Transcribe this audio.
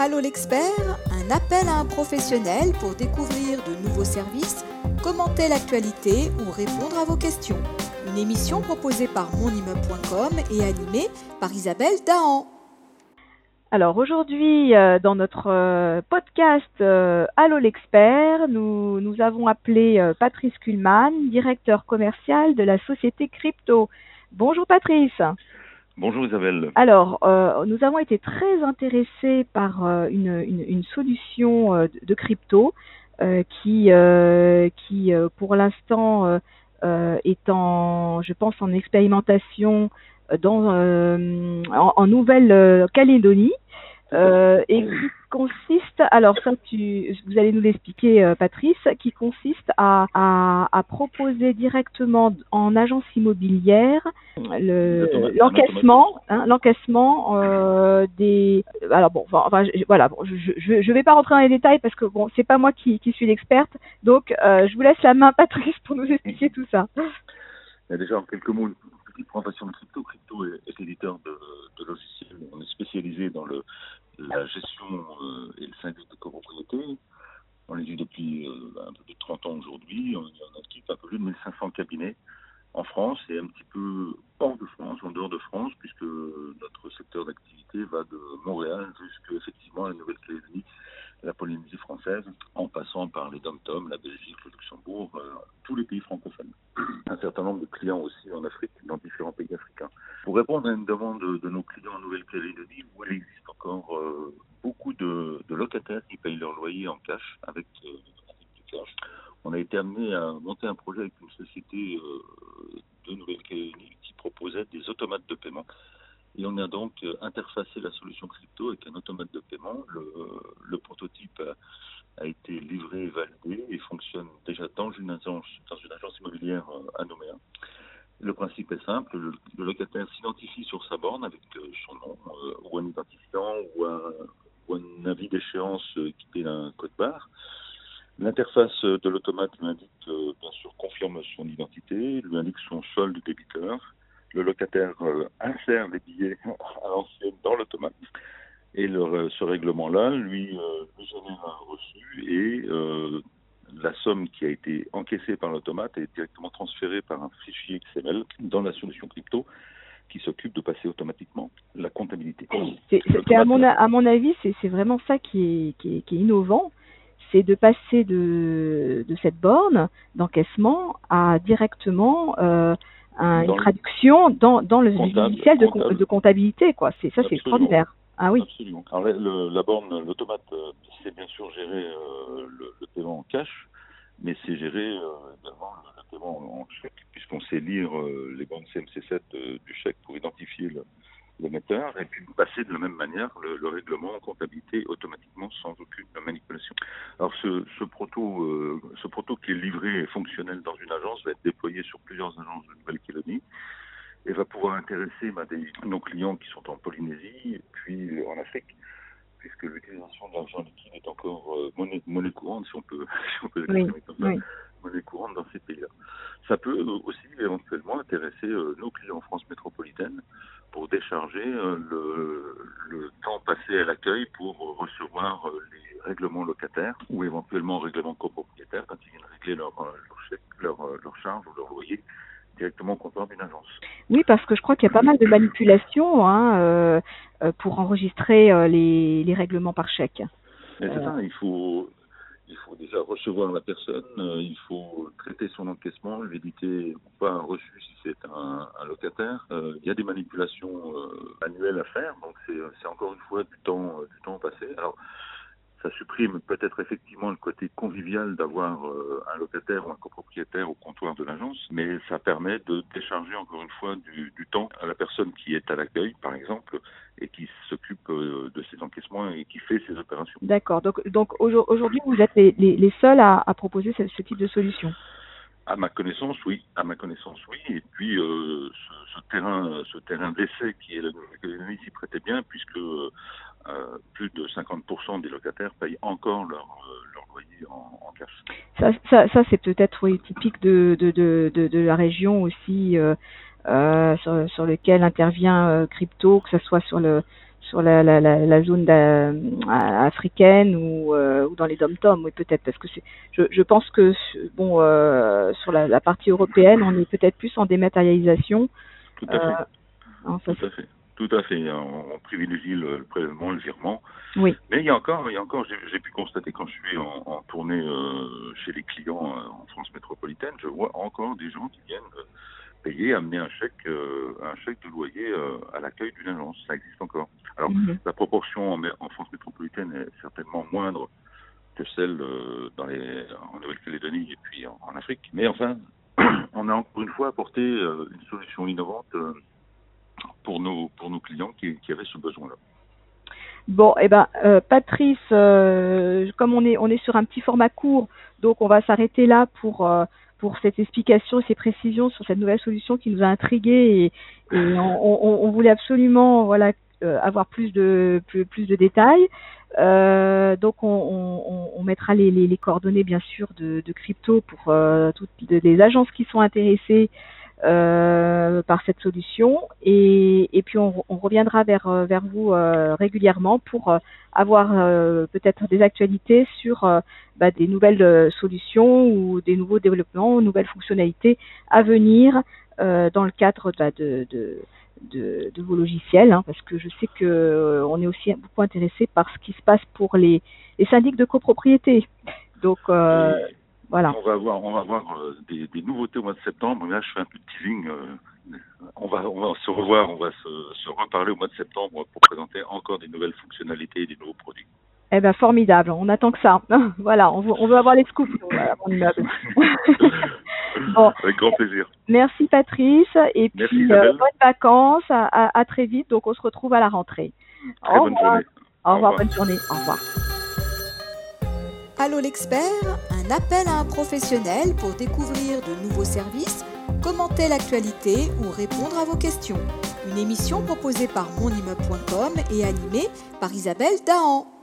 Allô l'expert, un appel à un professionnel pour découvrir de nouveaux services, commenter l'actualité ou répondre à vos questions. Une émission proposée par monimmeuble.com et animée par Isabelle Dahan. Alors aujourd'hui, dans notre podcast Allô l'expert, nous avons appelé Patrice Kuhlmann, directeur commercial de la société Crypto. Bonjour Patrice. Bonjour Isabelle. Alors, nous avons été très intéressés par une solution de crypto qui pour l'instant est je pense, en expérimentation en Nouvelle-Calédonie. Et qui consiste, alors ça vous allez nous l'expliquer Patrice, qui consiste à proposer directement en agence immobilière l'encaissement des. Alors bon, je vais pas rentrer dans les détails parce que bon, c'est pas moi qui suis l'experte, donc je vous laisse la main Patrice pour nous expliquer tout ça. Déjà en quelques mots, une petite présentation de Crypto. Crypto est éditeur de logiciels. On est spécialisé dans la gestion et le syndic de copropriété. On l'existe depuis un peu plus de 30 ans aujourd'hui. On a un petit peu plus de 1500 cabinets en France et un petit peu hors de France, en dehors de France, puisque notre secteur d'activité va de Montréal jusqu'à effectivement la Nouvelle-Calédonie, la Polynésie française, en passant par les DOM-TOM, la Belgique, le Luxembourg, tous les pays francophones. Un certain nombre de clients aussi en Afrique, dans différents pays africains. Pour répondre à une demande de nos clients en Nouvelle-Calédonie, où il existe encore beaucoup de locataires qui payent leur loyer en cash, avec du cash, on a été amené à monter un projet avec une société de Nouvelle-Calédonie qui proposait des automates de paiement. Et on a donc interfacé la solution Crypto avec un automate de paiement. Le prototype a été livré et validé et fonctionne déjà dans une agence immobilière à Nouméa. Le principe est simple, le locataire s'identifie sur sa borne avec son nom ou un identifiant ou un avis d'échéance qui est un code barre. L'interface de l'automate lui indique, bien sûr, confirme son identité, lui indique son solde débiteur. Le locataire insère les billets à l'ancienne dans l'automate et ce règlement-là lui génère un reçu et la somme qui a été encaissée par l'automate est directement transférée par un fichier XML dans la solution Crypto qui s'occupe de passer automatiquement la comptabilité. À mon avis, c'est vraiment ça qui est innovant. C'est de passer de cette borne d'encaissement à directement une traduction dans le logiciel de comptabilité, quoi. C'est extraordinaire. Ah oui. Absolument. Alors la borne, l'automate, c'est bien sûr gérer le paiement en cash, mais c'est gérer également le paiement en chèque, puisqu'on sait lire les bandes CMC7 du chèque pour identifier l'émetteur et puis passer de la même manière le règlement en comptabilité automatiquement sans aucune manipulation. Alors ce proto qui est livré et fonctionnel dans une agence va être déployé sur plusieurs agences de Nouvelle-Calédonie et va pouvoir intéresser nos clients qui sont en Polynésie et puis en Afrique, puisque l'utilisation de l'argent liquide est encore monnaie courante, si on peut l'exprimer comme ça, monnaie courante dans ces pays-là. Ça peut aussi éventuellement intéresser nos clients en France métropolitaine pour décharger le temps passé à l'accueil pour recevoir les règlements locataires ou éventuellement règlements copropriétaires quand ils viennent régler leur chèque, leur charge ou leur loyer directement au comptoir d'une agence. Oui, parce que je crois qu'il y a pas mal de manipulations pour enregistrer les règlements par chèque. Mais c'est ça, il faut déjà recevoir la personne, il faut traiter son encaissement, lui éditer ou pas un reçu si c'est un locataire. Il y a des manipulations manuelles à faire, donc c'est encore une fois du temps passé. Alors, ça supprime peut-être effectivement le côté convivial d'avoir un locataire ou un copropriétaire au comptoir de l'agence, mais ça permet de décharger encore une fois du temps à la personne qui est à l'accueil, par exemple, et qui s'occupe de ses encaissements et qui fait ses opérations. D'accord. Donc aujourd'hui, vous êtes les seuls à proposer ce type de solution. À ma connaissance, oui. Et puis ce terrain d'essai qui est la Nouvelle-Calédonie s'y prêtait bien, puisque plus de 50% des locataires payent encore leur loyer en cash. Ça c'est peut-être typique de la région aussi sur lequel intervient Crypto, que ce soit sur la zone africaine ou dans les dom-toms, oui peut-être, parce que je pense que sur la partie européenne, on est peut-être plus en dématérialisation. Tout à fait. Tout à fait. On privilégie le prélèvement, le virement. Oui. Mais il y a encore, j'ai pu constater quand je suis en tournée chez les clients en France métropolitaine, je vois encore des gens qui viennent payer, amener un chèque de loyer à l'accueil d'une agence. Ça existe encore. Alors, la proportion en France métropolitaine est certainement moindre que celle en Nouvelle-Calédonie et puis en Afrique. Mais enfin, on a encore une fois apporté une solution innovante pour nos clients qui avaient ce besoin-là. Bon, Patrice, comme on est sur un petit format court, donc on va s'arrêter là pour cette explication et ces précisions sur cette nouvelle solution qui nous a intrigués et on voulait absolument avoir plus de détails. Donc on mettra les coordonnées bien sûr de Crypto pour toutes les agences qui sont intéressées par cette solution et puis on reviendra vers vous régulièrement pour avoir peut-être des actualités sur des nouvelles solutions ou des nouveaux développements, nouvelles fonctionnalités à venir dans le cadre de vos logiciels, parce que je sais que on est aussi beaucoup intéressé par ce qui se passe pour les syndics de copropriété. Donc voilà. On va avoir des nouveautés au mois de septembre. Là, je fais un peu de teasing. On va se revoir, on va se reparler au mois de septembre pour présenter encore des nouvelles fonctionnalités et des nouveaux produits. Eh ben formidable, on attend que ça. Voilà, on veut avoir les scoops à mon immeuble. Bon. Avec grand plaisir. Merci Patrice et puis bonnes vacances, à très vite. Donc on se retrouve à la rentrée. Très bonne journée. Au revoir, bonne journée. Au revoir. Allô l'expert, un appel à un professionnel pour découvrir de nouveaux services, commenter l'actualité ou répondre à vos questions. Une émission proposée par monimmeuble.com et animée par Isabelle Dahan.